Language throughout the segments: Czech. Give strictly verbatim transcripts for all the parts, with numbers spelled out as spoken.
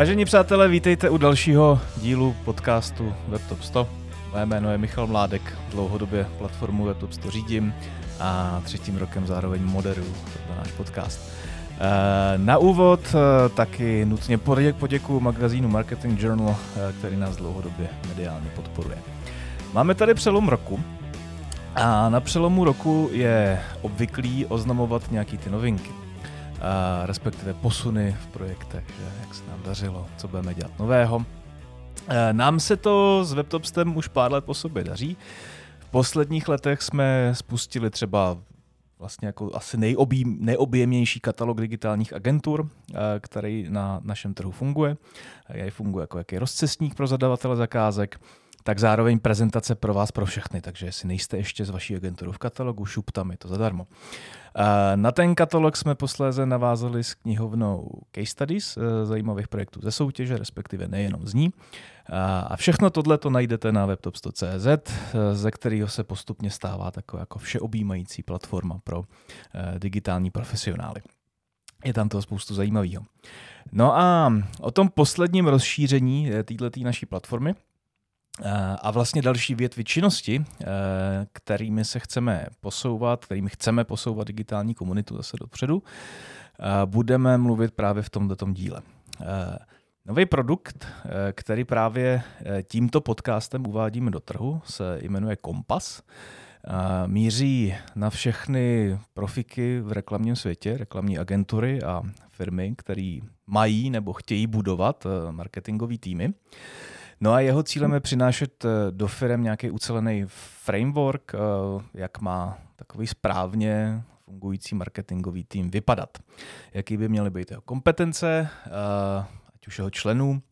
Vážení přátelé, vítejte u dalšího dílu podcastu WebTop sto. Moje jméno je Michal Mládek, dlouhodobě platformu WebTop sto řídím a třetím rokem zároveň moderuju tento náš podcast. Na úvod taky nutně poděkuju magazínu Marketing Journal, který nás dlouhodobě mediálně podporuje. Máme tady přelom roku a na přelomu roku je obvyklý oznamovat nějaký ty novinky. A respektive posuny v projektech, že jak se nám dařilo, co budeme dělat nového. Nám se to s WebTopstem už pár let po sobě daří. V posledních letech jsme spustili třeba vlastně jako asi nejobím, nejobjemnější katalog digitálních agentur, který na našem trhu funguje. Jak funguje jako jaký rozcestník pro zadavatele zakázek, tak zároveň prezentace pro vás, pro všechny. Takže jestli nejste ještě z vaší agenturou v katalogu, šup tam, je to zadarmo. Na ten katalog jsme posléze navázali s knihovnou Case Studies zajímavých projektů ze soutěže, respektive nejenom z ní. A všechno tohle to najdete na webtop sto tečka cé zet, ze kterého se postupně stává taková jako všeobjímající platforma pro digitální profesionály. Je tam toho spoustu zajímavého. No a o tom posledním rozšíření této naší platformy a vlastně další větvy činnosti, kterými se chceme posouvat, kterými chceme posouvat digitální komunitu zase dopředu, budeme mluvit právě v tomto díle. Nový produkt, který právě tímto podcastem uvádíme do trhu, se jmenuje Kompas. Míří na všechny profiky v reklamním světě, reklamní agentury a firmy, které mají nebo chtějí budovat marketingové týmy. No a jeho cílem je přinášet do firem nějaký ucelený framework, jak má takový správně fungující marketingový tým vypadat. Jaký by měly být jeho kompetence, ať už jeho členů,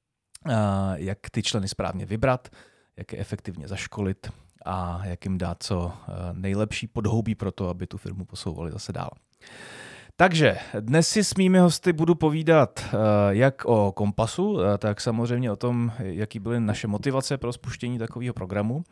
jak ty členy správně vybrat, jak je efektivně zaškolit a jak jim dát co nejlepší podhoubí pro to, aby tu firmu posouvali zase dál. Takže dnes si s mými hosty budu povídat jak o Kompasu, tak samozřejmě o tom, jaký byly naše motivace pro spuštění takového programu.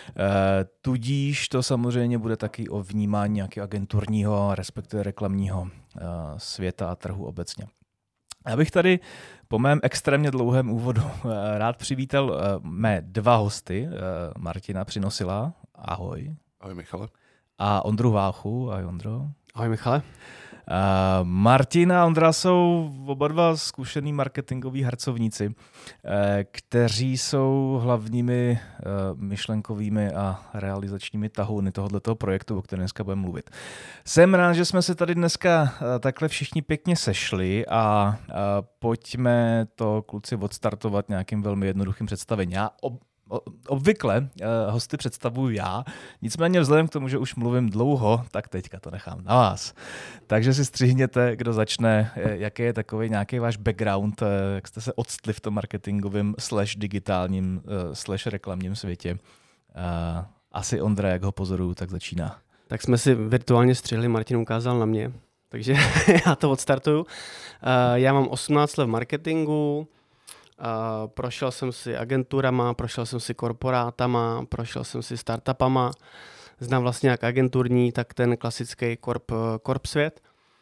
Tudíž to samozřejmě bude taky o vnímání nějakého agenturního, respektive reklamního světa a trhu obecně. Já bych tady po mém extrémně dlouhém úvodu rád přivítal mé dva hosty, Martina Přinosila, ahoj. Ahoj Michale. A Ondru Váchu, ahoj Ondro. Ahoj Michale. Uh, Martin a Ondra jsou oba dva zkušený marketingoví harcovníci, uh, kteří jsou hlavními uh, myšlenkovými a realizačními tahouny tohoto projektu, o kterém dneska budeme mluvit. Jsem rád, že jsme se tady dneska uh, takhle všichni pěkně sešli a uh, pojďme to kluci odstartovat nějakým velmi jednoduchým představením. Já ob- Obvykle uh, hosty představuju já, nicméně vzhledem k tomu, že už mluvím dlouho, tak teďka to nechám na vás. Takže si střihněte, kdo začne, jaký je takový nějaký váš background, uh, jak jste se odstli v tom marketingovém slash digitálním uh, slash reklamním světě. Uh, asi Ondra, jak ho pozoruju, tak začíná. Tak jsme si virtuálně střihli, Martin ukázal na mě, takže já to odstartuju. Uh, já mám osmnáct let v marketingu. Uh, prošel jsem si agenturama, prošel jsem si korporátama, prošel jsem si startupama. Znám vlastně jak agenturní, tak ten klasický korp, korp svět.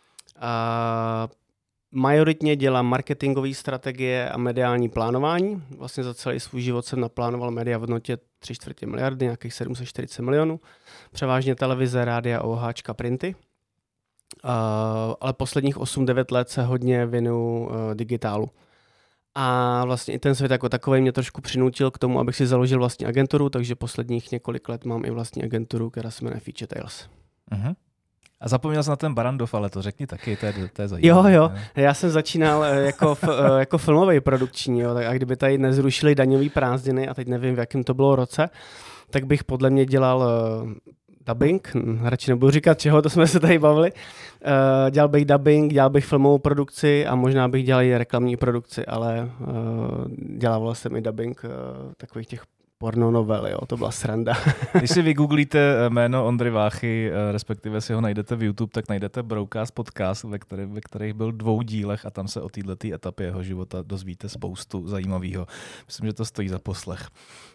Uh, majoritně dělám marketingové strategie a mediální plánování. Vlastně za celý svůj život jsem naplánoval média v hodnotě tři čtvrtě miliardy, nějakých sedm set čtyřicet milionů. Převážně televize, rádia, OHčka, printy. Uh, ale posledních osm devět let se hodně věnuju uh, digitálu. A vlastně i ten svět jako takový mě trošku přinutil k tomu, abych si založil vlastní agenturu, takže posledních několik let mám i vlastní agenturu, která se jmenuje Feature Tales. Uh-huh. A zapomněl jsem na ten Barandov, ale to řekni taky, to je, to je zajímavé. Jo, jo, já jsem začínal jako, jako filmový produkční, jo, a kdyby tady nezrušili daňový prázdniny, a teď nevím, v jakém to bylo roce, tak bych podle mě dělal dubbing, radši nebudu říkat čeho, to jsme se tady bavili. Uh, dělal bych dubbing, dělal bych filmovou produkci a možná bych dělal i reklamní produkci, ale uh, dělával jsem i dubbing uh, takových těch porno novel, jo, to byla sranda. Když si vygooglíte jméno Ondry Váchy, respektive si ho najdete v YouTube, tak najdete Broadcast podcast, ve, který, ve kterých byl dvou dílech a tam se o této etapě jeho života dozvíte spoustu zajímavého. Myslím, že to stojí za poslech.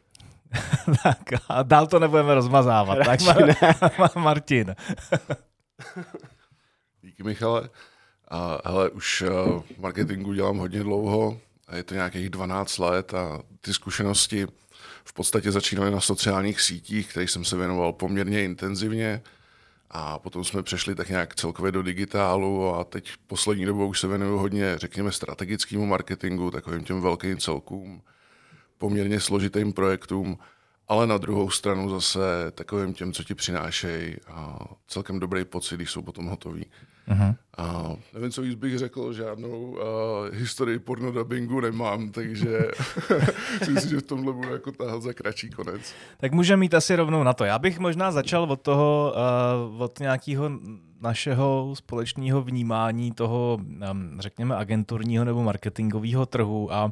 Tak a dál to nebudeme rozmazávat. Tak Mar- Martin. Díky Michale. A hele, už v marketingu dělám hodně dlouho. je to nějakých dvanáct let a ty zkušenosti v podstatě začínaly na sociálních sítích, kterých jsem se věnoval poměrně intenzivně a potom jsme přešli tak nějak celkově do digitálu a teď poslední dobou už se věnuju hodně, řekněme, strategickému marketingu, takovým těm velkým celkům, poměrně složitým projektům, ale na druhou stranu zase takovým těm, co ti přinášejí a celkem dobrý pocit, když jsou potom hotoví. Uh-huh. A nevím, co víc bych řekl, žádnou uh, historii pornodabingu nemám, takže si myslím, že v tomhle budu jako tahat za kratší konec. Tak můžeme mít asi rovnou na to. Já bych možná začal od toho, uh, od nějakého našeho společného vnímání toho, um, řekněme, agenturního nebo marketingového trhu a uh,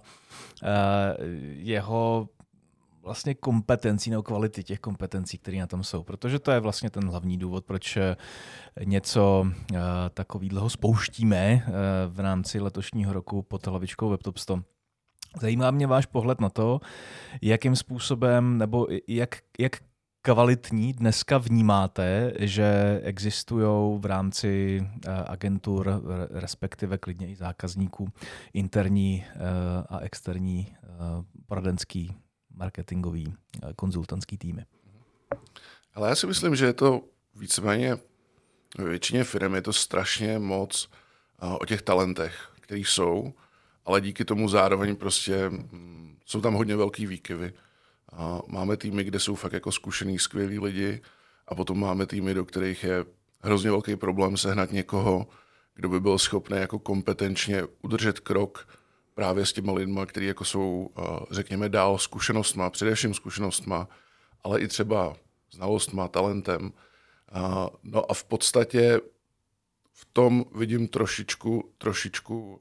jeho vlastně kompetencí nebo kvality těch kompetencí, které na tom jsou. Protože to je vlastně ten hlavní důvod, proč něco uh, takového spouštíme uh, v rámci letošního roku pod hlavičkou WebTop sto. Zajímá mě váš pohled na to, jakým způsobem nebo jak, jak kvalitní dneska vnímáte, že existují v rámci uh, agentur, respektive klidně i zákazníků, interní uh, a externí uh, poradenský marketingový, konzultantský týmy. Ale já si myslím, že je to víceméně ve většině firm je to strašně moc uh, o těch talentech, který jsou, ale díky tomu zároveň prostě um, jsou tam hodně velký výkyvy. Uh, máme týmy, kde jsou fakt jako zkušený, skvělí lidi a potom máme týmy, do kterých je hrozně velký problém sehnat někoho, kdo by byl schopný jako kompetenčně udržet krok právě s těma lidma, kteří jako jsou, řekněme, dál zkušenostma, především zkušenostma, ale i třeba znalostma, talentem. No a v podstatě v tom vidím trošičku, trošičku,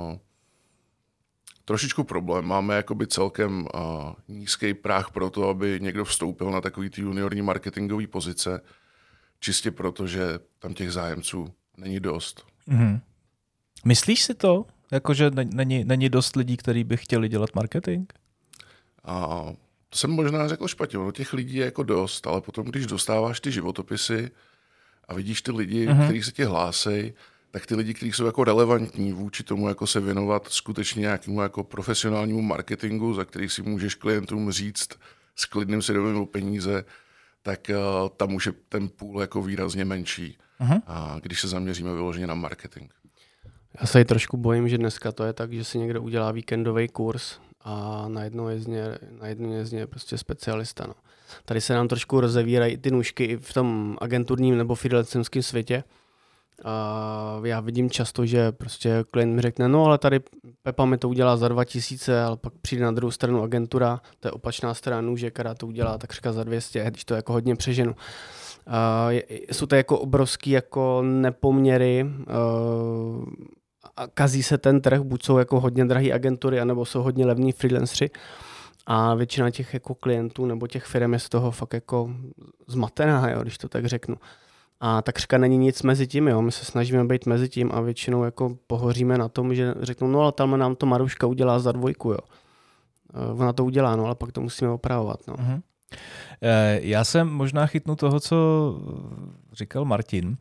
trošičku problém. Máme jakoby celkem nízký práh pro to, aby někdo vstoupil na takový ty juniorní marketingový pozice, čistě proto, že tam těch zájemců není dost. Mm-hmm. Myslíš si to? Jakože není, není dost lidí, kteří by chtěli dělat marketing? A to jsem možná řekl špatně. No, těch lidí je jako dost, ale potom, když dostáváš ty životopisy a vidíš ty lidi, uh-huh. kteří se tě hlásej, tak ty lidi, kteří jsou jako relevantní vůči tomu, jako se věnovat skutečně nějakému jako profesionálnímu marketingu, za který si můžeš klientům říct s klidným svědomím o peníze, tak uh, tam už je ten půl jako výrazně menší, uh-huh. a když se zaměříme vyloženě na marketing. Já se trošku bojím, že dneska to je tak, že si někdo udělá víkendový kurz a najednou je z něj, najednou je z něj prostě specialista. No. Tady se nám trošku rozevírají ty nůžky i v tom agenturním nebo freelancerském světě. A já vidím často, že prostě klient mi řekne, no ale tady Pepa mi to udělá za dva tisíce, ale pak přijde na druhou stranu agentura, to je opačná strana nůže, která to udělá takřka za dvě stě, když to jako hodně přeženu. Uh, jsou to jako obrovský jako nepoměry uh, a kazí se ten trh, buď jsou jako hodně drahý agentury, anebo jsou hodně levní freelanceri a většina těch jako klientů nebo těch firm je z toho fakt jako zmatená, jo, když to tak řeknu. A takřka není nic mezi tím, jo. My se snažíme být mezi tím a většinou jako pohoříme na tom, že řeknou, no ale tam nám to Maruška udělá za dvojku, jo. Ona to udělá, no, ale pak to musíme opravovat, no. Uh-huh. Já jsem možná chytnu toho, co říkal Martin.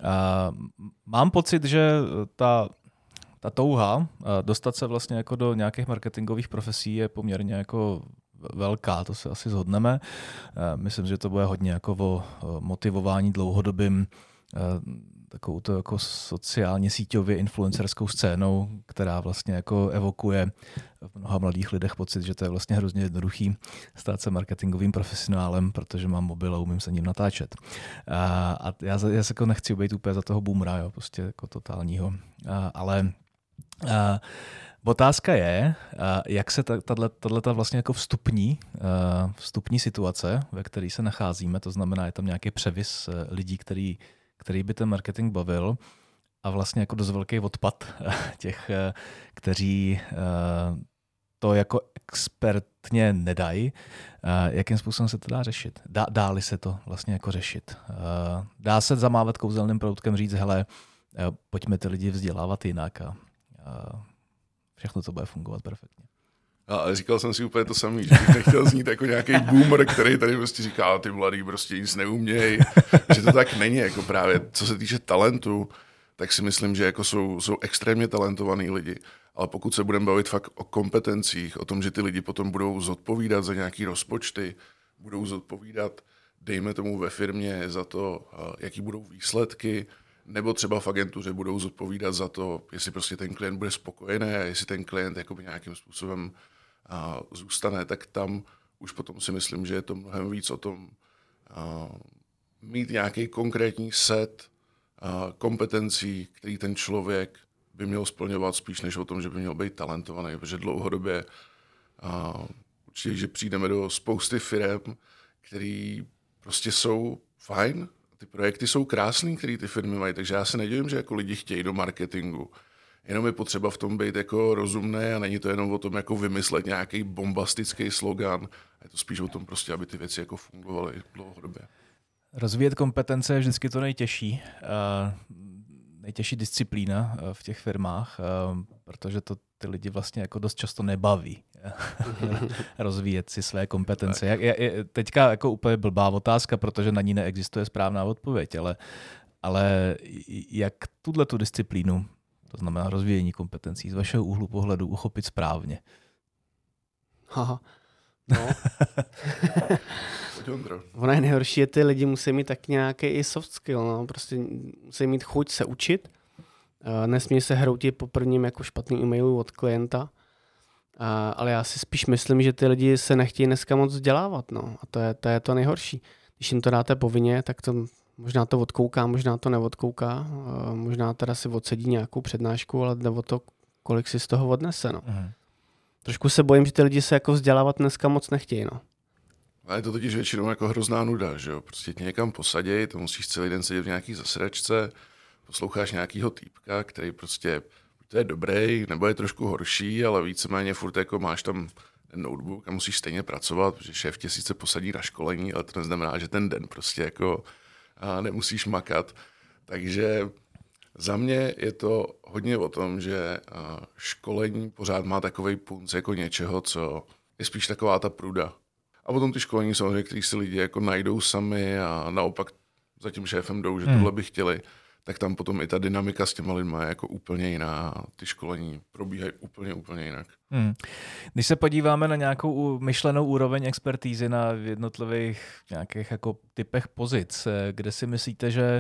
Mám pocit, že ta, ta touha dostat se vlastně jako do nějakých marketingových profesí je poměrně jako velká, to se asi shodneme. Myslím, že to bude hodně jako o motivování dlouhodobým takovou to jako sociálně síťově influencerskou scénou, která vlastně jako evokuje v mnoha mladých lidech pocit, že to je vlastně hrozně jednoduchý stát se marketingovým profesionálem, protože mám mobil a umím se ním natáčet. A, a já, já se jako nechci být úplně za toho boomera, jo, prostě jako totálního. A, ale a, otázka je, jak se tato vlastně jako vstupní, vstupní situace, ve které se nacházíme, to znamená, je tam nějaký převis lidí, který který by ten marketing bavil a vlastně jako dost velký odpad těch, kteří to jako expertně nedají. Jakým způsobem se to dá řešit? Dá, dá-li se to vlastně jako řešit? Dá se zamávat kouzelným proutkem, říct, hele, pojďme ty lidi vzdělávat jinak a všechno to bude fungovat perfektně. A říkal jsem si úplně to samý, že bych nechtěl znít jako nějaký boomer, který tady prostě říká, ty mladý prostě nic neumějí, že to tak není, jako právě co se týče talentu, tak si myslím, že jako jsou, jsou extrémně talentovaní lidi. Ale pokud se budeme bavit fakt o kompetencích, o tom, že ty lidi potom budou zodpovídat za nějaký rozpočty, budou zodpovídat, dejme tomu ve firmě, za to, jaký budou výsledky, nebo třeba v agentuře budou zodpovídat za to, jestli prostě ten klient bude spokojený a jestli ten klient jakoby nějakým způsobem a, zůstane, tak tam už potom si myslím, že je to mnohem víc o tom a, mít nějaký konkrétní set a, kompetencí, který ten člověk by měl splňovat spíš než o tom, že by měl být talentovaný, protože dlouhodobě a, určitě, že přijdeme do spousty firem, který prostě jsou fajn, ty projekty jsou krásný, které ty firmy mají, takže já se nedivím, že jako lidi chtějí do marketingu. Jenom je potřeba v tom být jako rozumné a není to jenom o tom jako vymyslet nějaký bombastický slogan. Je to spíš o tom prostě, aby ty věci jako fungovaly dlouhodobě. Rozvíjet kompetence je vždycky to nejtěžší. Uh, nejtěžší disciplína v těch firmách, uh, protože to ty lidi vlastně jako dost často nebaví rozvíjet si své kompetence. Jak, je, teďka jako úplně blbá otázka, protože na ní neexistuje správná odpověď, ale, ale jak tuhle tu disciplínu, to znamená rozvíjení kompetencí, z vašeho úhlu pohledu uchopit správně? Haha. No. Ono je nejhorší, že ty lidi musí mít tak nějaký i soft skill, no. Prostě musí mít chuť se učit. Uh, nesmí se hroutit po prvním jako špatný e-mailu od klienta. Uh, ale já si spíš myslím, že ty lidi se nechtějí dneska moc vzdělávat. No. A to je, to je to nejhorší. Když jim to dáte povinně, tak to možná to odkouká, možná to neodkouká. Uh, možná teda si odsedí nějakou přednášku, ale jde o to, kolik si z toho odnese. No. Uh-huh. Trošku se bojím, že ty lidi se jako vzdělávat dneska moc nechtějí. No. A je to totiž většinou jako hrozná nuda, že jo? Prostě tě někam posadí, to musíš celý den sedět v nějaký zasedačce, posloucháš nějakýho týpka, který prostě, to je dobrý, nebo je trošku horší, ale víceméně furt jako máš tam ten notebook a musíš stejně pracovat, protože šéf tě sice posadí na školení, ale to neznamená, že ten den prostě jako a nemusíš makat. Takže za mě je to hodně o tom, že školení pořád má takovej punc jako něčeho, co je spíš taková ta pruda. A potom ty školení samozřejmě, který si lidi jako najdou sami a naopak za tím šéfem jdou, že hmm. tohle by chtěli, tak tam potom i ta dynamika s těma lidma je jako úplně jiná. Ty školení probíhají úplně, úplně jinak. Hmm. Když se podíváme na nějakou myšlenou úroveň expertízy na jednotlivých nějakých jako typech pozic, kde si myslíte, že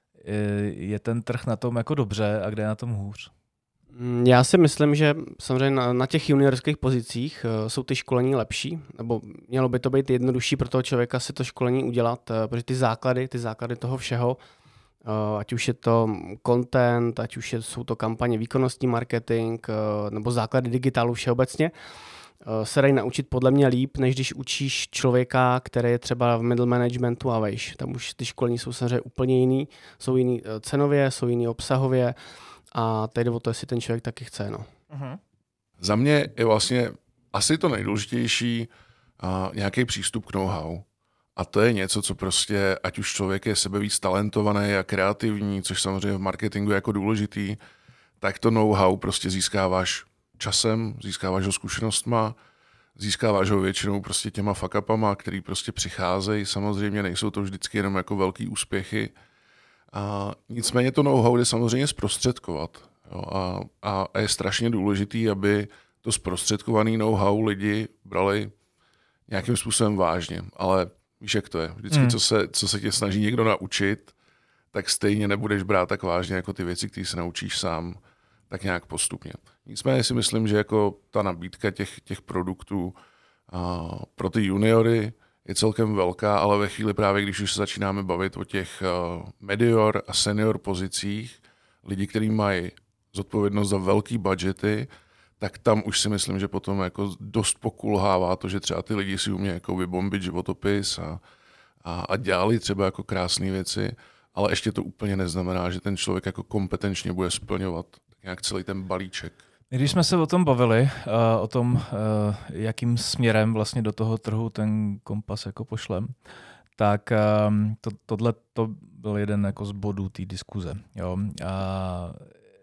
je ten trh na tom jako dobře a kde je na tom hůř? Já si myslím, že samozřejmě na, na těch juniorských pozicích uh, jsou ty školení lepší, nebo mělo by to být jednodušší pro toho člověka si to školení udělat, uh, protože ty základy, ty základy toho všeho, uh, ať už je to content, ať už je, jsou to kampaně, výkonnostní marketing, uh, nebo základy digitálu všeobecně, uh, se dají naučit podle mě líp, než když učíš člověka, který je třeba v middle managementu a vejš. Tam už ty školení jsou samozřejmě úplně jiný, jsou jiný uh, cenově, jsou jiný obsahově, a teď o to, jestli ten člověk taky chce. No. Uh-huh. Za mě je vlastně asi to nejdůležitější uh, nějaký přístup k know-how. A to je něco, co prostě, ať už člověk je sebe víc talentovaný a kreativní, což samozřejmě v marketingu je jako důležitý, tak to know-how prostě získáváš časem, získáváš ho zkušenostma, získáváš ho většinou prostě těma fuck-upama, který prostě přicházejí. Samozřejmě nejsou to vždycky jenom jako velký úspěchy. A nicméně to know-how jde samozřejmě zprostředkovat. Jo, a, a je strašně důležitý, aby to zprostředkovaný know-how lidi brali nějakým způsobem vážně. Ale víš, jak to je. Vždycky, hmm. co, se, co se tě snaží někdo naučit, tak stejně nebudeš brát tak vážně jako ty věci, které se naučíš sám, tak nějak postupně. Nicméně si myslím, že jako ta nabídka těch, těch produktů a pro ty juniory je celkem velká, ale ve chvíli právě, když už se začínáme bavit o těch uh, medior a senior pozicích, lidi, kteří mají zodpovědnost za velký budgety, tak tam už si myslím, že potom jako dost pokulhává to, že třeba ty lidi si umějí jako vybombit životopis a, a, a dělali třeba jako krásné věci, ale ještě to úplně neznamená, že ten člověk jako kompetenčně bude splňovat nějak celý ten balíček. Když jsme se o tom bavili, uh, o tom, uh, jakým směrem vlastně do toho trhu ten kompas jako pošlem, tak um, to, tohle to byl jeden jako z bodů té diskuze. Jo. A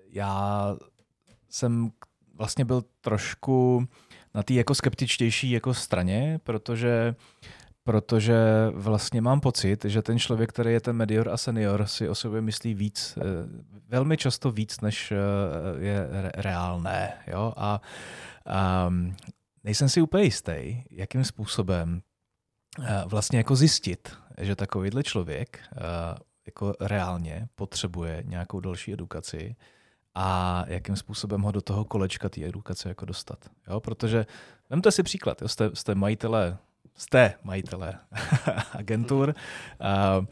já jsem vlastně byl trošku na té jako skeptičtější jako straně, protože protože vlastně mám pocit, že ten člověk, který je ten medior a senior, si o sobě myslí víc, velmi často víc, než je reálné. Jo? A, a nejsem si úplně jistý, jakým způsobem vlastně jako zjistit, že takovýhle člověk jako reálně potřebuje nějakou další edukaci a jakým způsobem ho do toho kolečka té edukace jako dostat. Jo? Protože vemte si příklad, jo? Jste, jste majitelé jste majitelé agentur a,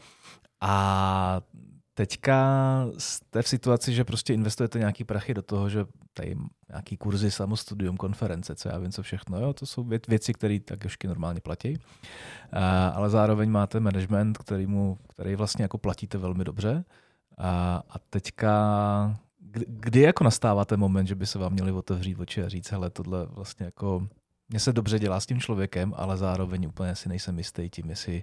a teďka jste v situaci, že prostě investujete nějaký prachy do toho, že tady nějaký kurzy, samostudium, konference, co já vím, co všechno. Jo? To jsou věci, které tak ještě normálně platí. A, ale zároveň máte management, kterýmu, který vlastně jako platíte velmi dobře. A, a teďka, kdy, kdy jako nastává ten moment, že by se vám měli otevřít oči a říct, hele, tohle vlastně jako mně se dobře dělá s tím člověkem, ale zároveň úplně si nejsem jistý tím, jestli,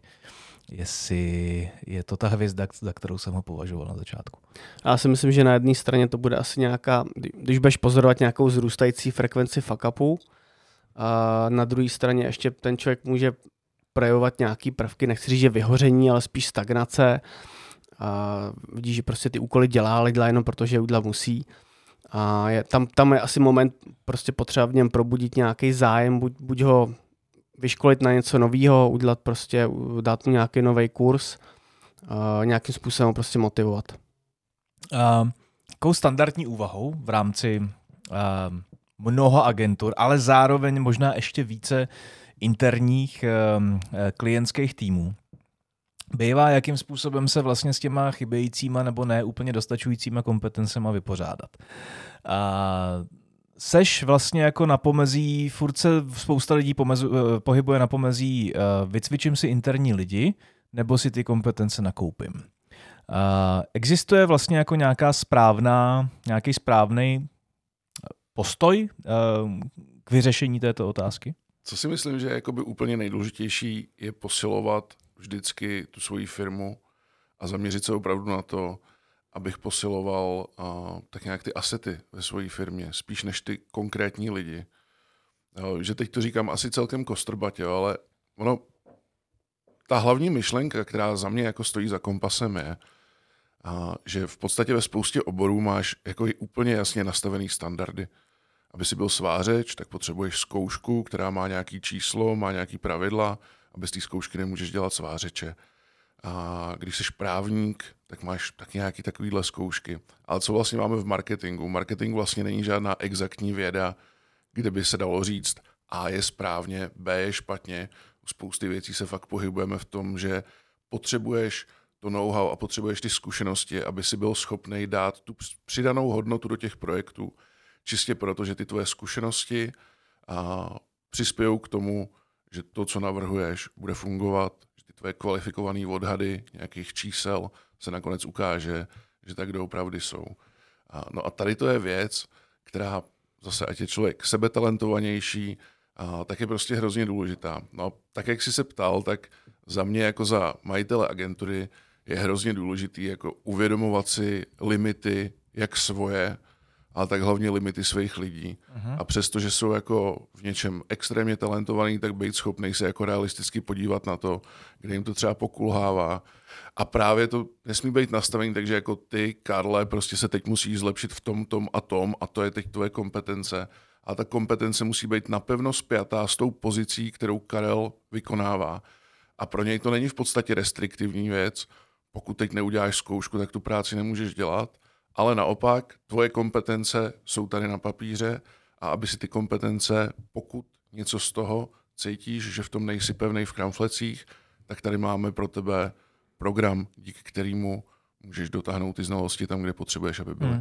jestli je to ta hvězda, za kterou jsem ho považoval na začátku. Já si myslím, že na jedné straně to bude asi nějaká, když budeš pozorovat nějakou zrůstající frekvenci fuck-upů, a na druhé straně ještě ten člověk může projevovat nějaký prvky, nechci říct, že vyhoření, ale spíš stagnace. A vidíš, že prostě ty úkoly dělá, ale dělá jenom proto, že je udělat musí. A je, tam, tam je asi moment prostě potřeba v něm probudit nějaký zájem, buď, buď ho vyškolit na něco nového, udělat prostě, dát mu nějaký nový kurz, a nějakým způsobem prostě motivovat. Uh, takovou standardní úvahou v rámci uh, mnoha agentur, ale zároveň možná ještě více interních uh, klientských týmů, bývá, jakým způsobem se vlastně s těma chybějícíma nebo ne úplně dostačujícíma kompetencema vypořádat. A seš vlastně jako na pomezí, furt se spousta lidí pomezu, pohybuje na pomezí, vycvičím si interní lidi, nebo si ty kompetence nakoupím. A existuje vlastně jako nějaká správná, nějaký správný postoj k vyřešení této otázky? Co si myslím, že je jakoby úplně nejdůležitější, je posilovat vždycky tu svoji firmu a zaměřit se opravdu na to, abych posiloval uh, tak nějak ty asety ve své firmě, spíš než ty konkrétní lidi. Uh, že teď to říkám asi celkem kostrbatě, ale ono, ta hlavní myšlenka, která za mě jako stojí za kompasem, je, uh, že v podstatě ve spoustě oborů máš jako úplně jasně nastavený standardy. Aby si byl svářeč, tak potřebuješ zkoušku, která má nějaké číslo, má nějaké pravidla, a bez té zkoušky nemůžeš dělat svářeče. A když jsi právník, tak máš tak nějaké takovéhle zkoušky. Ale co vlastně máme v marketingu? Marketing vlastně není žádná exaktní věda, kde by se dalo říct A je správně, B je špatně. U spousty věcí se fakt pohybujeme v tom, že potřebuješ to know-how a potřebuješ ty zkušenosti, aby si byl schopný dát tu přidanou hodnotu do těch projektů, čistě proto, že ty tvoje zkušenosti a, přispějou k tomu, že to, co navrhuješ, bude fungovat, že ty tvoje kvalifikované odhady nějakých čísel se nakonec ukáže, že tak doopravdy jsou. A, no a tady to je věc, která zase, ať je člověk sebetalentovanější, a, tak je prostě hrozně důležitá. No tak, jak jsi se ptal, tak za mě jako za majitele agentury je hrozně důležitý jako uvědomovat si limity, jak svoje, ale tak hlavně limity svých lidí. Uh-huh. A přesto, že jsou jako v něčem extrémně talentovaný, tak být schopný se jako realisticky podívat na to, kde jim to třeba pokulhává. A právě to nesmí být nastavený, takže jako ty, Karle, prostě se teď musíš zlepšit v tom, tom a tom a to je teď tvoje kompetence. A ta kompetence musí být napevno spjatá s tou pozicí, kterou Karel vykonává. A pro něj to není v podstatě restriktivní věc. Pokud teď neuděláš zkoušku, tak tu práci nemůžeš dělat. Ale naopak, tvoje kompetence jsou tady na papíře a aby si ty kompetence, pokud něco z toho cítíš, že v tom nejsi pevnej v kramflecích, tak tady máme pro tebe program, díky kterému můžeš dotáhnout ty znalosti tam, kde potřebuješ, aby byly. Hmm.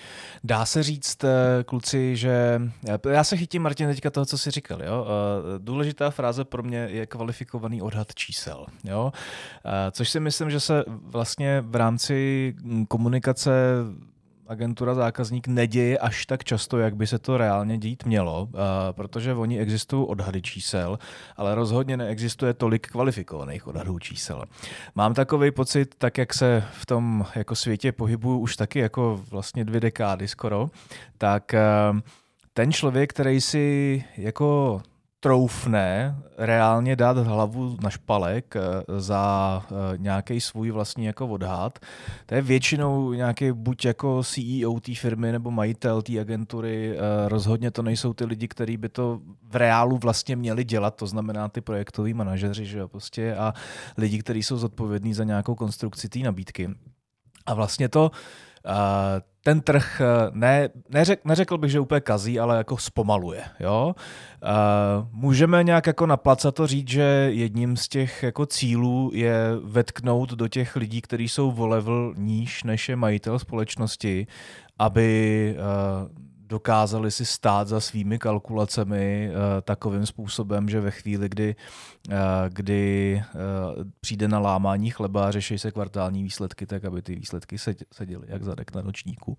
Dá se říct, kluci, že... Já se chytím, Martin, teďka toho, co jsi říkal. Jo? Důležitá fráze pro mě je kvalifikovaný odhad čísel. Jo? Což si myslím, že se vlastně v rámci komunikace agentura zákazník neděje až tak často, jak by se to reálně dít mělo, protože oni existují odhady čísel, ale rozhodně neexistuje tolik kvalifikovaných odhadů čísel. Mám takový pocit, tak jak se v tom jako světě pohybuju už taky jako vlastně dvě dekády skoro, tak ten člověk, který si jako troufne reálně dát hlavu na špalek za nějaký svůj vlastní jako odhad. To je většinou nějaký buď jako C E O té firmy nebo majitel té agentury. Rozhodně to nejsou ty lidi, kteří by to v reálu vlastně měli dělat, to znamená ty projektoví manažeři, že jo, prostě, a lidi, kteří jsou zodpovědní za nějakou konstrukci té nabídky. A vlastně to ten trh ne, neřek, neřekl bych, že úplně kazí, ale jako zpomaluje. Jo? Můžeme nějak jako naplacato říct, že jedním z těch jako cílů je vetknout do těch lidí, kteří jsou o level níž než je majitel společnosti, aby dokázali si stát za svými kalkulacemi uh, takovým způsobem, že ve chvíli, kdy, uh, kdy uh, přijde na lámání chleba a řeší se kvartální výsledky, tak aby ty výsledky seděly jak zadek na nočníku.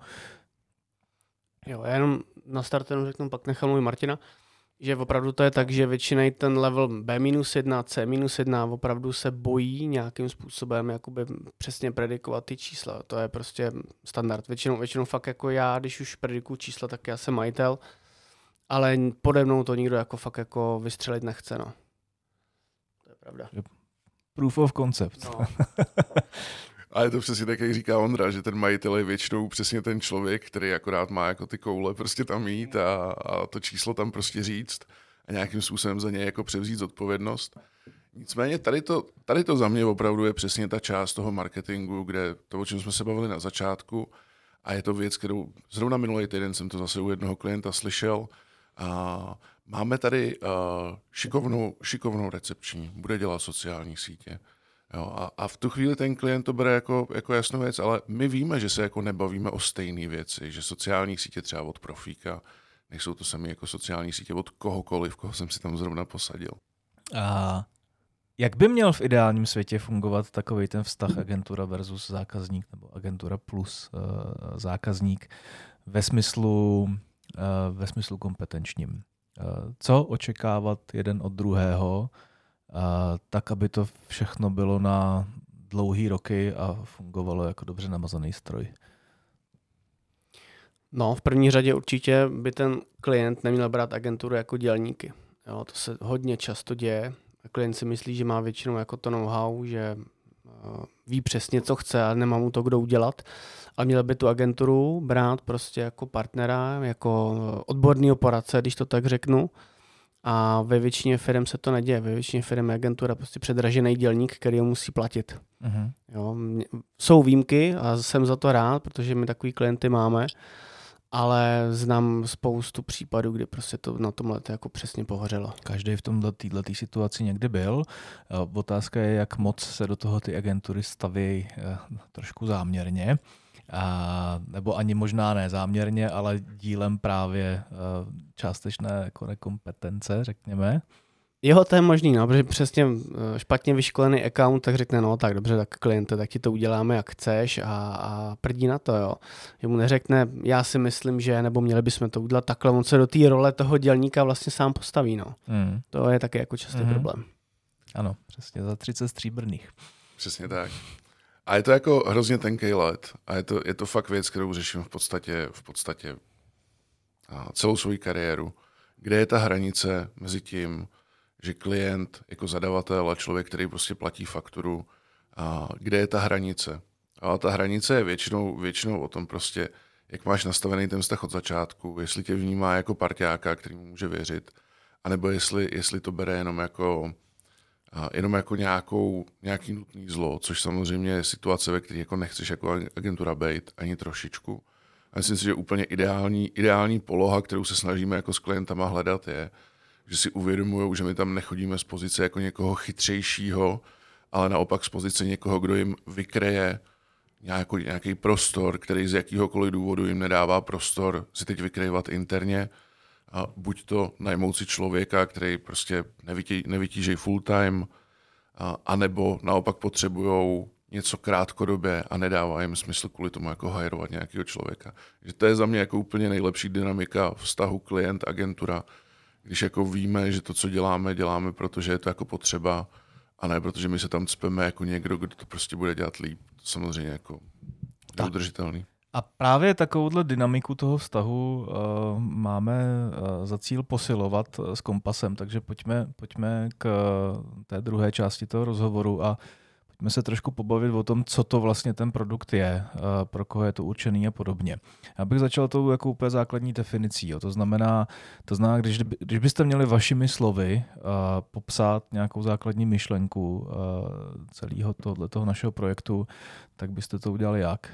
Jo, já jenom na start jenom řeknu, pak nechal mluvit Martina, že opravdu to je tak, že většinou ten level bé minus jedna, cé minus jedna opravdu se bojí nějakým způsobem jakoby přesně predikovat ty čísla. To je prostě standard. Většinou, většinou fakt jako já, když už predikuju čísla, tak já jsem majitel, ale pode mnou to nikdo jako fakt jako vystřelit nechce. No. To je pravda. Proof of concept. No. A je to přesně tak, jak říká Ondra, že ten majitel je většinou přesně ten člověk, který akorát má jako ty koule prostě tam jít a, a to číslo tam prostě říct a nějakým způsobem za něj jako převzít zodpovědnost. Nicméně tady to, tady to za mě opravdu je přesně ta část toho marketingu, kde to, o čem jsme se bavili na začátku, a je to věc, kterou zrovna minulý týden jsem to zase u jednoho klienta slyšel. A máme tady uh, šikovnou, šikovnou recepční, bude dělat sociální sítě. Jo, a, a v tu chvíli ten klient to bere jako, jako jasnou věc, ale my víme, že se jako nebavíme o stejné věci, že sociální sítě třeba od profíka, nejsou to sami jako sociální sítě od kohokoliv, koho jsem si tam zrovna posadil. A jak by měl v ideálním světě fungovat takový ten vztah agentura versus zákazník nebo agentura plus uh, zákazník ve smyslu, uh, ve smyslu kompetenčním? Uh, co očekávat jeden od druhého, Uh, tak, aby to všechno bylo na dlouhý roky a fungovalo jako dobře namazaný stroj? No, v první řadě určitě by ten klient neměl brát agenturu jako dělníky. Jo, to se hodně často děje. Klient si myslí, že má většinou jako to know-how, že uh, ví přesně, co chce a nemá mu to kdo udělat. A měl by tu agenturu brát prostě jako partnera, jako odborného poradce, když to tak řeknu. A ve většině firm se to neděje. Ve většině firm je agentura prostě předražený dělník, který ho musí platit. Uh-huh. Jo, jsou výjimky a jsem za to rád, protože my takový klienty máme, ale znám spoustu případů, kdy prostě to na tomhle to jako přesně pohořelo. Každý v tomhle této situaci někdy byl. Otázka je, jak moc se do toho ty agentury staví trošku záměrně. A, nebo ani možná ne záměrně, ale dílem právě uh, částečné jako nekompetence, řekněme. Jo, to je možný, no, protože přesně špatně vyškolený account, tak řekne, no tak dobře, tak kliente, tak ti to uděláme, jak chceš a, a prdí na to, jo. Že mu neřekne, já si myslím, že, nebo měli bychom to udělat takhle, on se do té role toho dělníka vlastně sám postaví, no. Hmm. To je taky jako častý hmm. problém. Ano, přesně, za třicet stříbrných. Přesně tak. A je to jako hrozně tenký let a je to, je to fakt věc, kterou řeším v podstatě, v podstatě celou svou kariéru. Kde je ta hranice mezi tím, že klient jako zadavatel a člověk, který prostě platí fakturu, a kde je ta hranice? A ta hranice je většinou, většinou o tom prostě, jak máš nastavený ten vztah od začátku, jestli tě vnímá jako parťáka, který mu může věřit, anebo jestli, jestli to bere jenom jako A jenom jako nějakou, nějaký nutný zlo, což samozřejmě je situace, ve které jako nechceš jako agentura bejt ani trošičku. A myslím si, že úplně ideální, ideální poloha, kterou se snažíme jako s klientama hledat, je, že si uvědomují, že my tam nechodíme z pozice jako někoho chytřejšího, ale naopak z pozice někoho, kdo jim vykreje nějaký, nějaký prostor, který z jakýhokoliv důvodu jim nedává prostor si teď vykrejovat interně. A buď to najmout si člověka, který prostě nevytí, nevytížej full time, a, anebo naopak potřebujou něco krátkodobě a nedává jim smysl kvůli tomu jako hajrovat nějakého člověka. Že to je za mě jako úplně nejlepší dynamika vztahu klient-agentura, když jako víme, že to, co děláme, děláme, protože je to jako potřeba a ne protože my se tam cpeme jako někdo, kdo to prostě bude dělat líp. To samozřejmě jako neudržitelný. A právě takovouhle dynamiku toho vztahu uh, máme uh, za cíl posilovat uh, s Kompasem, takže pojďme, pojďme k uh, té druhé části toho rozhovoru a pojďme se trošku pobavit o tom, co to vlastně ten produkt je, uh, pro koho je to určený a podobně. Já bych začal tou jako úplně základní definicí. Jo. To znamená, to znamená když, když byste měli vašimi slovy uh, popsat nějakou základní myšlenku uh, celého tohoto našeho projektu, tak byste to udělali jak?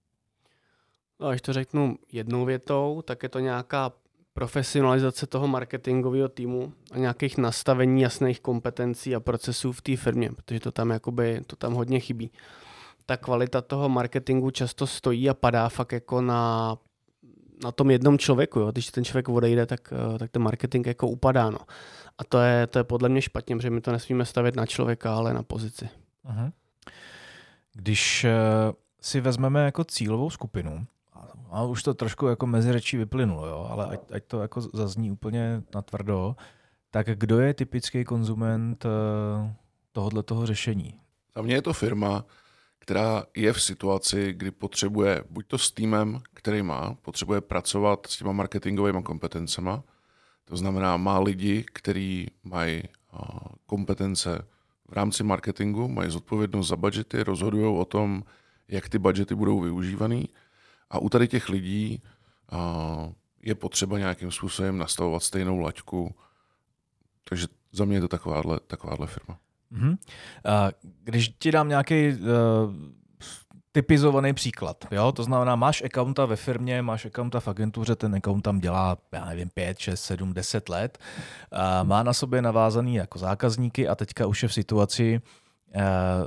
No, když to řeknu jednou větou, tak je to nějaká profesionalizace toho marketingového týmu a nějakých nastavení jasných kompetencí a procesů v té firmě, protože to tam, jakoby, to tam hodně chybí. Ta kvalita toho marketingu často stojí a padá fakt jako na, na tom jednom člověku. Jo. Když ten člověk odejde, tak, tak ten marketing jako upadá. No. A to je, to je podle mě špatně, protože my to nesmíme stavět na člověka, ale na pozici. Aha. Když si vezmeme jako cílovou skupinu, a už to trošku jako mezi řečí vyplynulo, jo, ale ať, ať to jako zazní úplně natvrdo, tak kdo je typický konzument tohoto řešení? Za mě je to firma, která je v situaci, kdy potřebuje, buď to s týmem, který má, potřebuje pracovat s těma marketingovými kompetencema, to znamená, má lidi, kteří mají kompetence v rámci marketingu, mají zodpovědnost za budžety, rozhodují o tom, jak ty budžety budou využívaný. A u tady těch lidí a, je potřeba nějakým způsobem nastavovat stejnou laťku. Takže za mě je to takováhle, takováhle firma. Mm-hmm. A když ti dám nějaký uh, typizovaný příklad, jo? To znamená, máš accounta ve firmě, máš accounta v agentuře, ten account tam dělá, já nevím, pět, šest, sedm, deset let, a má na sobě navázaný jako zákazníky a teďka už je v situaci uh,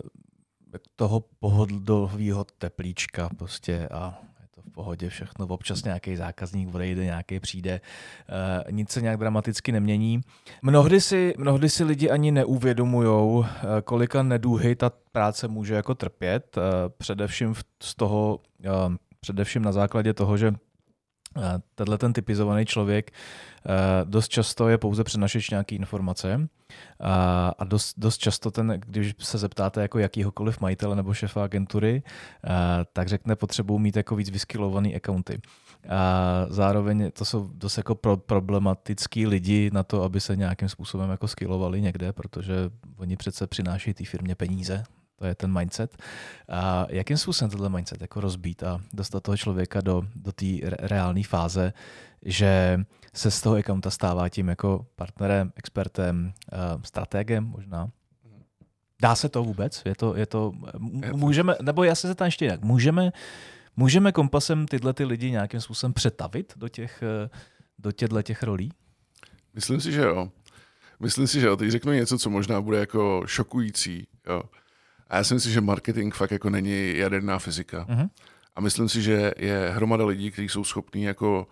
toho pohodlového teplíčka prostě a v pohodě všechno, občas nějaký zákazník odejde, nějaký přijde, uh, nic se nějak dramaticky nemění. Mnohdy si, mnohdy si lidi ani neuvědomujou, uh, kolika nedůhy ta práce může jako trpět, uh, především z toho, uh, především na základě toho, že tenhle ten typizovaný člověk dost často je pouze přenašeč nějaký informace a dost, dost často ten, když se zeptáte jako jakýhokoliv majitele nebo šéfa agentury, tak řekne, potřebuji mít jako víc vyskylovaný accounty. A zároveň to jsou dost jako pro, problematický lidi na to, aby se nějakým způsobem jako skillovali někde, protože oni přece přináší té firmě peníze. To je ten mindset. A jakým způsobem tenhle mindset jako rozbít a dostat toho člověka do, do té reálné fáze, že se z toho accounta stává tím jako partnerem, expertem, uh, strategem možná? Dá se to vůbec? Je to, je to, můžeme, nebo já se zeptám ještě jinak. Můžeme, můžeme Kompasem tyhle ty lidi nějakým způsobem přetavit do těch, do těchto těch rolí? Myslím si, že jo. Myslím si, že jo. Teď řeknu něco, co možná bude jako šokující, jo. A já si myslím, že marketing fakt jako není jaderná fyzika. Uh-huh. A myslím si, že je hromada lidí, kteří jsou schopní jako,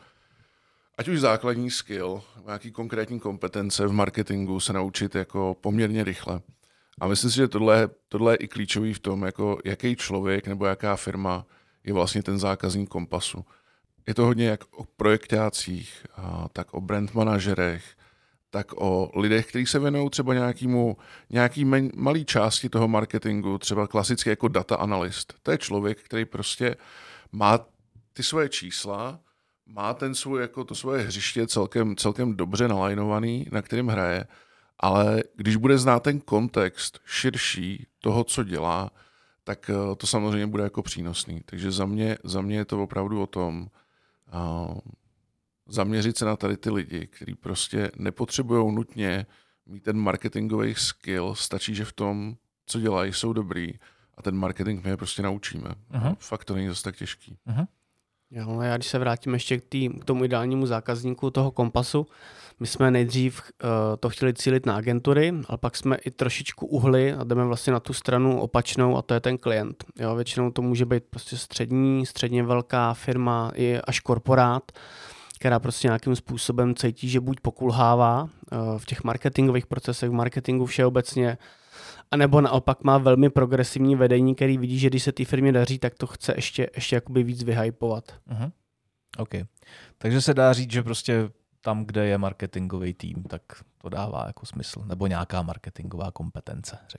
ať už základní skill, nějaký konkrétní kompetence v marketingu se naučit jako poměrně rychle. A myslím si, že tohle, tohle je i klíčový v tom, jako jaký člověk nebo jaká firma je vlastně ten zákazník Kompasu. Je to hodně jak o projektácích, tak o brand manažerech, tak o lidech, kteří se věnují třeba nějakému, nějaký men, malý části toho marketingu, třeba klasicky jako data analyst. To je člověk, který prostě má ty svoje čísla, má ten svůj, jako to svoje hřiště celkem, celkem dobře nalajnovaný, na kterém hraje, ale když bude znát ten kontext širší toho, co dělá, tak to samozřejmě bude jako přínosný. Takže za mě, za mě je to opravdu o tom, uh, zaměřit se na tady ty lidi, kteří prostě nepotřebují nutně mít ten marketingový skill, stačí, že v tom, co dělají, jsou dobrý a ten marketing my je prostě naučíme. Uh-huh. Fakt to není zase tak těžký. Uh-huh. Jo, já když se vrátím ještě k, tý, k tomu ideálnímu zákazníku toho Kompasu, my jsme nejdřív uh, to chtěli cílit na agentury, ale pak jsme i trošičku uhli a jdeme vlastně na tu stranu opačnou a to je ten klient. Jo, většinou to může být prostě střední, středně velká firma i až korporát, která prostě nějakým způsobem cítí, že buď pokulhává uh, v těch marketingových procesech, v marketingu všeobecně, anebo naopak má velmi progresivní vedení, který vidí, že když se té firmě daří, tak to chce ještě, ještě jakoby víc vyhypovat. Uh-huh. OK. Takže se dá říct, že prostě tam, kde je marketingový tým, tak to dává jako smysl. Nebo nějaká marketingová kompetence, řekněme.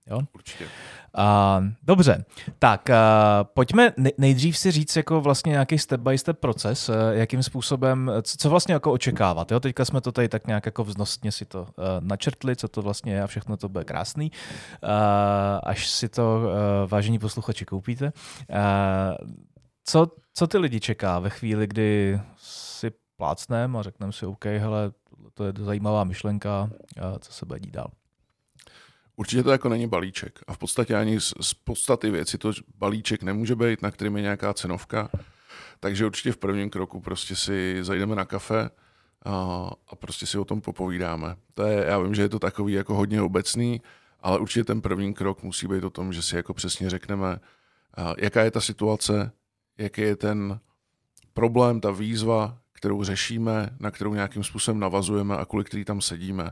Jo? Určitě. Uh, dobře, tak uh, pojďme nejdřív si říct jako vlastně nějaký step by step proces, uh, jakým způsobem, co, co vlastně jako očekávat. Jo? Teďka jsme to tady tak nějak jako vznostně si to uh, načrtli, co to vlastně je a všechno to bude krásný, uh, až si to uh, vážení posluchači koupíte. Uh, co, co ty lidi čeká ve chvíli, kdy si plácnem a řekneme si OK, hele, to je zajímavá myšlenka, uh, co se bude dít dál. Určitě to jako není balíček. A v podstatě ani z, z podstaty věci to balíček nemůže být, na kterým je nějaká cenovka. Takže určitě v prvním kroku prostě si zajdeme na kafe a, a prostě si o tom popovídáme. To je, já vím, že je to takový jako hodně obecný, ale určitě ten první krok musí být o tom, že si jako přesně řekneme, a, jaká je ta situace, jaký je ten problém, ta výzva, kterou řešíme, na kterou nějakým způsobem navazujeme a kvůli který tam sedíme.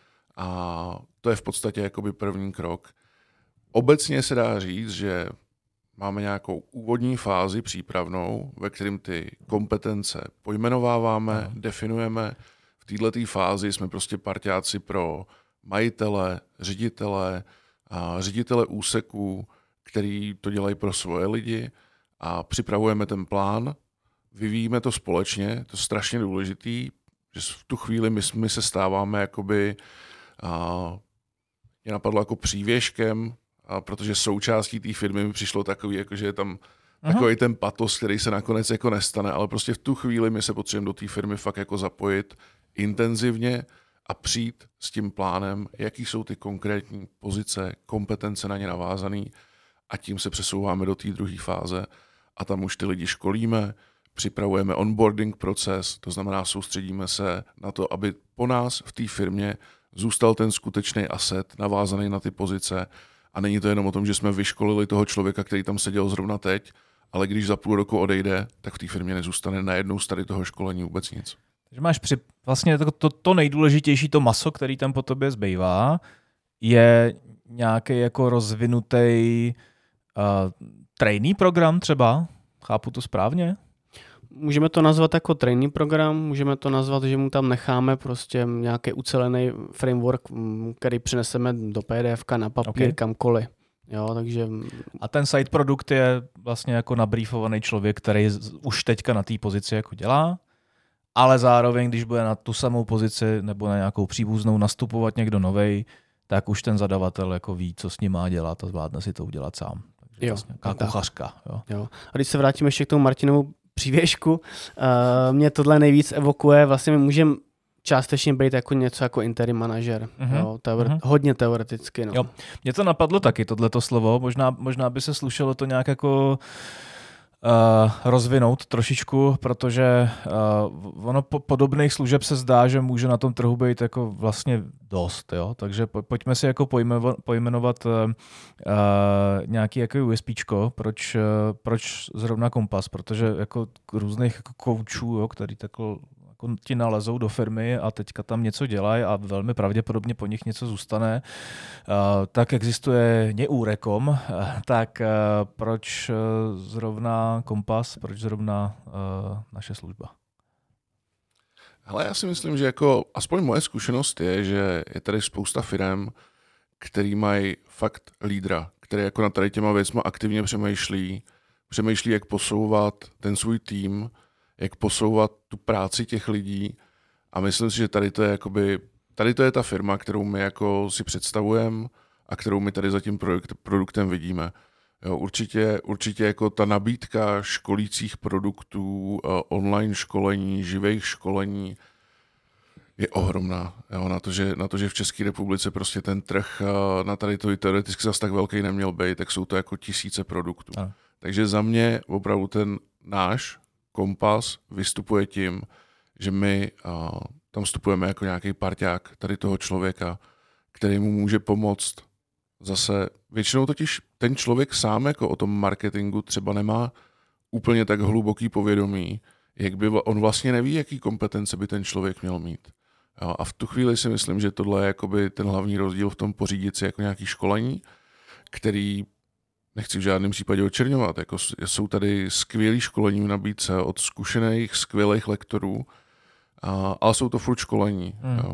A to je v podstatě jakoby první krok. Obecně se dá říct, že máme nějakou úvodní fázi přípravnou, ve kterým ty kompetence pojmenováváme, Aha. definujeme. V této fázi jsme prostě parťáci pro majitele, ředitele, a ředitele úseků, který to dělají pro svoje lidi a připravujeme ten plán, vyvíjíme to společně, to je strašně důležitý, že v tu chvíli my, my se stáváme jakoby a mě napadlo jako přívěškem, a protože součástí té firmy mi přišlo takový, jako že je tam Aha. takový ten patos, který se nakonec jako nestane, ale prostě v tu chvíli my se potřebujeme do té firmy fakt jako zapojit intenzivně a přijít s tím plánem, jaký jsou ty konkrétní pozice, kompetence na ně navázané a tím se přesouváme do té druhé fáze a tam už ty lidi školíme, připravujeme onboarding proces, to znamená soustředíme se na to, aby po nás v té firmě zůstal ten skutečný asset navázaný na ty pozice a není to jenom o tom, že jsme vyškolili toho člověka, který tam seděl zrovna teď, ale když za půl roku odejde, tak v té firmě nezůstane najednou z tady toho školení vůbec nic. Takže máš při, vlastně to, to, to nejdůležitější, to maso, který tam po tobě zbývá, je nějaký jako rozvinutý uh, trainee program třeba? Chápu to správně? Můžeme to nazvat jako training program, můžeme to nazvat, že mu tam necháme prostě nějaký ucelený framework, který přineseme do P D F ka na papír, okay. kamkoliv. Jo, takže... A ten side produkt je vlastně jako nabriefovaný člověk, který už teďka na té pozici jako dělá, ale zároveň, když bude na tu samou pozici nebo na nějakou příbuznou nastupovat někdo novej, tak už ten zadavatel jako ví, co s ním má dělat a zvládne si to udělat sám. Takže jo, vlastně nějaká kuchařka. Jo. Jo. A když se vrátíme ještě k tomu Martinovu přívěšku, uh, mě tohle nejvíc evokuje, vlastně my můžeme částečně být jako něco jako interim manažer. Mm-hmm. Jo, teore- mm-hmm. Hodně teoreticky. No. Jo. Mě to napadlo taky, tohleto slovo. Možná, možná by se slušelo to nějak jako uh, rozvinout trošičku, protože uh, ono po, podobných služeb se zdá, že může na tom trhu být jako vlastně dost. Jo? Takže po, pojďme si jako pojmenovat, pojmenovat uh, uh, nějaký jako USPčko, proč, uh, proč zrovna Kompas, protože jako různých jako koučů, jo, který takhle jako ti nalezou do firmy a teďka tam něco dělají a velmi pravděpodobně po nich něco zůstane, uh, tak existuje Něurekom, uh, tak uh, proč uh, zrovna Kompas, proč zrovna uh, naše služba? Hele, já si myslím, že jako aspoň moje zkušenost je, že je tady spousta firem, který mají fakt lídra, který jako na tady těma věcma aktivně přemýšlí, přemýšlí, jak posouvat ten svůj tým, jak posouvat tu práci těch lidí a myslím si, že tady to je jakoby, tady to je ta firma, kterou my jako si představujeme a kterou my tady za tím produkt, produktem vidíme. Jo, určitě, určitě jako ta nabídka školících produktů, online školení, živých školení je ohromná. Jo, na to, že, na to, že v České republice prostě ten trh na tady to teoreticky zase tak velký neměl být, tak jsou to jako tisíce produktů. A. Takže za mě opravdu ten náš Kompas vystupuje tím, že my uh, tam vstupujeme jako nějaký parťák tady toho člověka, který mu může pomoct. Zase většinou totiž ten člověk sám jako o tom marketingu třeba nemá úplně tak hluboký povědomí, jak by on vlastně neví, jaký kompetence by ten člověk měl mít. Jo, a v tu chvíli si myslím, že tohle je jakoby ten hlavní rozdíl v tom pořídit si jako nějaký školení, který nechci v žádném případě očerňovat. Jako jsou tady skvělý školení v nabídce od zkušených, skvělých lektorů, a, ale jsou to furt školení. Hmm. Jo.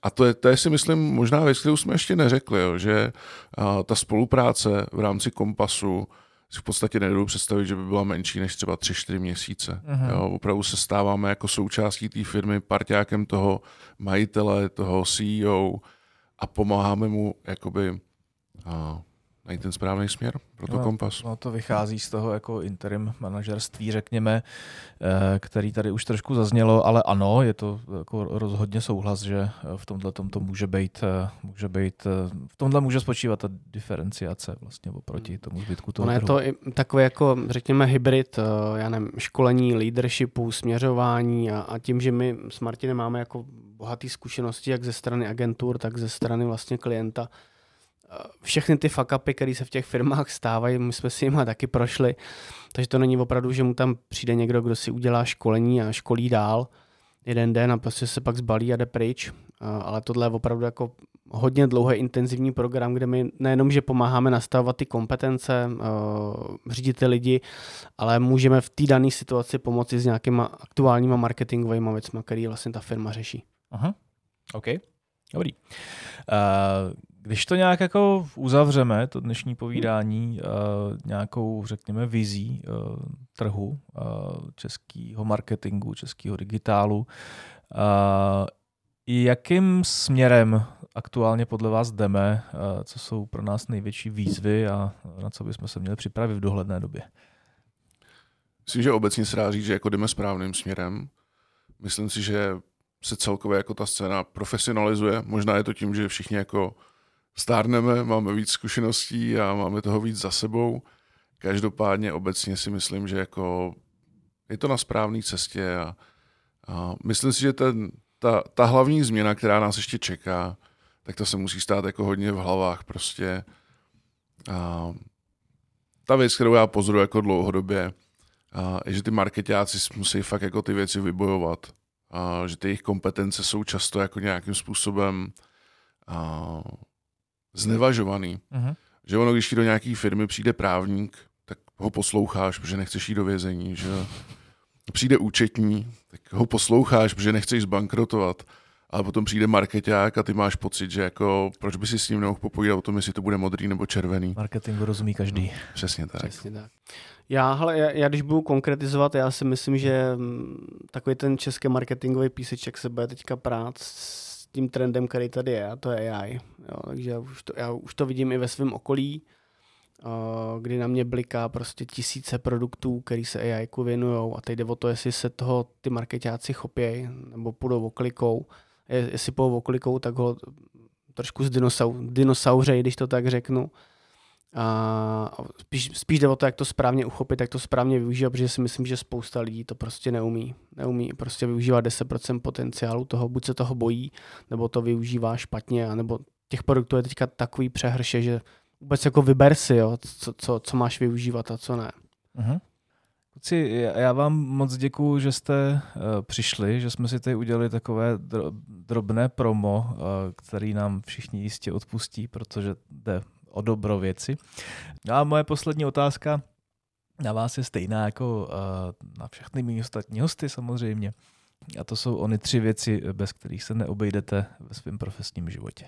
A to je, to je si myslím možná věc, kterou jsme ještě neřekli, jo, že uh, ta spolupráce v rámci Kompasu si v podstatě nedovedu představit, že by byla menší než třeba tři čtyři měsíce. Uh-huh. Jo, opravdu se stáváme jako součástí té firmy, parťákem toho majitele, toho C E O a pomáháme mu jakoby uh, najít ten správný směr pro to no, Kompas. No to vychází z toho jako interim manažerství, řekněme, který tady už trošku zaznělo, ale ano, je to jako rozhodně souhlas, že v tomhle tom to může být, může být, v tomhle může spočívat ta diferenciace vlastně oproti tomu zbytku toho trhu. Je to i takový jako, řekněme, hybrid, já nevím, školení, leadershipu, směřování a, a tím, že my s Martinem máme jako bohatý zkušenosti jak ze strany agentur, tak ze strany vlastně klienta. Všechny ty fuck-upy, které se v těch firmách stávají, my jsme si jima taky prošli, takže to není opravdu, že mu tam přijde někdo, kdo si udělá školení a školí dál jeden den a prostě se pak zbalí a jde pryč, ale tohle je opravdu jako hodně dlouhý intenzivní program, kde my nejenom, že pomáháme nastavovat ty kompetence, řídit ty lidi, ale můžeme v té dané situaci pomoci s nějakýma aktuálníma marketingovými věcmi, které vlastně ta firma řeší. Aha, OK, dobrý. Uh... Když to nějak jako uzavřeme, to dnešní povídání, uh, nějakou, řekněme, vizí uh, trhu, uh, českého marketingu, českého digitálu, uh, jakým směrem aktuálně podle vás jdeme, uh, co jsou pro nás největší výzvy a na co bychom se měli připravit v dohledné době? Myslím, že obecně se dá říct, že jako jdeme správným směrem. Myslím si, že se celkově jako ta scéna profesionalizuje. Možná je to tím, že všichni jako stárneme, máme víc zkušeností a máme toho víc za sebou. Každopádně obecně si myslím, že jako je to na správné cestě a, a myslím si, že ten, ta, ta hlavní změna, která nás ještě čeká, tak to se musí stát jako hodně v hlavách prostě. A ta věc, kterou já pozoruji jako dlouhodobě, a, je, že ty marketáci musí fakt jako ty věci vybojovat. A, že ty jejich kompetence jsou často jako nějakým způsobem a, znevažovaný. Uh-huh. Že ono, když ti do nějaký firmy přijde právník, tak ho posloucháš, protože nechceš jít do vězení. Že přijde účetní, tak ho posloucháš, protože nechceš zbankrotovat. Ale potom přijde markeťák a ty máš pocit, že jako, proč by si s ním nemohl popovídat o tom, jestli to bude modrý nebo červený. Marketingu rozumí každý. No, přesně tak. Přesně tak. Já, hele, já, já když budu konkretizovat, já si myslím, že takový ten český marketingový píseček se bude teďka prát s tím trendem, který tady je, a to je A I. Jo, takže já už, to, já už to vidím i ve svém okolí, kdy na mě bliká prostě tisíce produktů, který se A I ku věnujou a teď jde o to, jestli se toho ty marketáci chopějí, nebo půjdou oklikou. Jestli půjdou oklikou, tak ho trošku zdinosauřejí, když to tak řeknu. A spíš, spíš jde o to, jak to správně uchopit, jak to správně využívat, protože si myslím, že spousta lidí to prostě neumí. Neumí prostě využívat deset procent potenciálu toho, buď se toho bojí, nebo to využívá špatně, anebo těch produktů je teďka takový přehrše, že vůbec jako vyber si, jo, co, co, co máš využívat a co ne. Uh-huh. Kuci, já vám moc děkuju, že jste uh, přišli, že jsme si tady udělali takové dro- drobné promo, uh, který nám všichni jistě odpustí, protože jde o dobro věci. No a moje poslední otázka na vás je stejná jako uh, na všechny mý ostatní hosty samozřejmě. A to jsou ony tři věci, bez kterých se neobejdete ve svém profesním životě.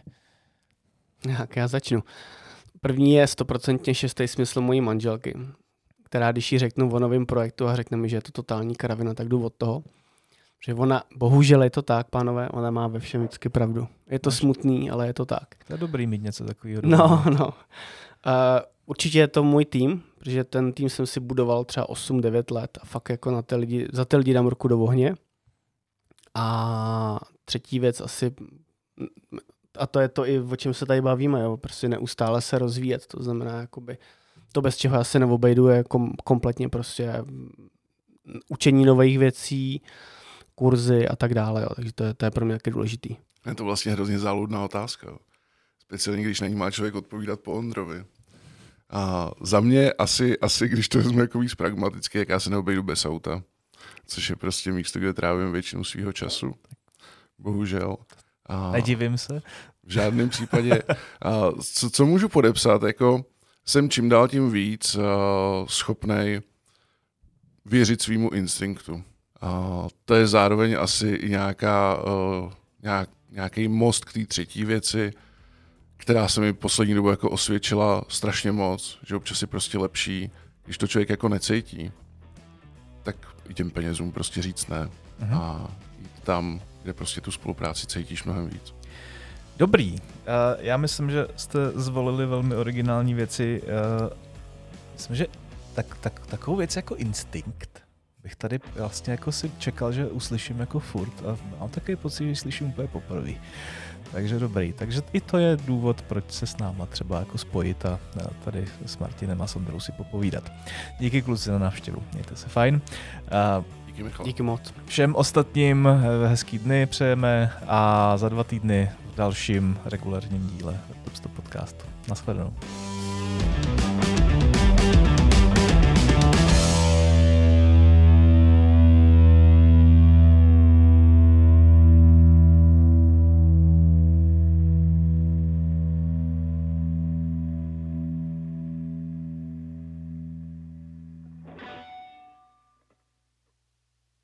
Tak já začnu. První je stoprocentně šestý smysl mojí manželky, která když jí řeknu o novém projektu a řekne mi, že je to totální kravina, tak jdu od toho. Že ona, bohužel je to tak, pánové, ona má ve všem vždycky pravdu. Je to smutný, ale je to tak. To je dobrý mít něco takového. No, no. Uh, určitě je to můj tým, protože ten tým jsem si budoval třeba osm devět let a fakt jako na ty lidi, za ty lidi dám ruku do ohně. A třetí věc asi, a to je to i o čem se tady bavíme, jo, prostě neustále se rozvíjet, to znamená jakoby to, bez čeho já se neobejdu, je kom, kompletně prostě učení nových věcí, kurzy a tak dále, jo. Takže to je, to je pro mě taky důležitý. Je to vlastně hrozně záludná otázka. Jo. Speciálně, když na ní má člověk odpovídat po Ondrovi. A za mě asi, asi když to vezmu jako víc pragmaticky, jak já se neobejdu bez auta, což je prostě místo, kde trávím většinu svého času. Bohužel. A nedivím se. V žádném případě. A co, co můžu podepsat, jako jsem čím dál tím víc uh, schopnej věřit svýmu instinktu. A to je zároveň asi i nějaká, uh, nějak, nějaký most k té třetí věci, která se mi poslední dobu jako osvědčila strašně moc, že občas je prostě lepší, když to člověk jako necítí, tak i těm penězům prostě říct ne uh-huh. a jít tam, kde prostě tu spolupráci cítíš mnohem víc. Dobrý. Uh, já myslím, že jste zvolili velmi originální věci. Uh, myslím, že tak, tak, takovou věc jako instinkt bych tady vlastně jako si čekal, že uslyším jako furt a mám takový pocit, že slyším úplně poprvé. Takže dobrý. Takže i to je důvod, proč se s náma třeba jako spojit a tady s Martinem a Sondrou si popovídat. Díky kluci za návštěvu. Mějte se fajn. Uh, Díky, Michal. Díky moc. Všem ostatním hezký dny přejeme a za dva týdny v dalším regulárním díle Top sto podcastu. Naschledanou.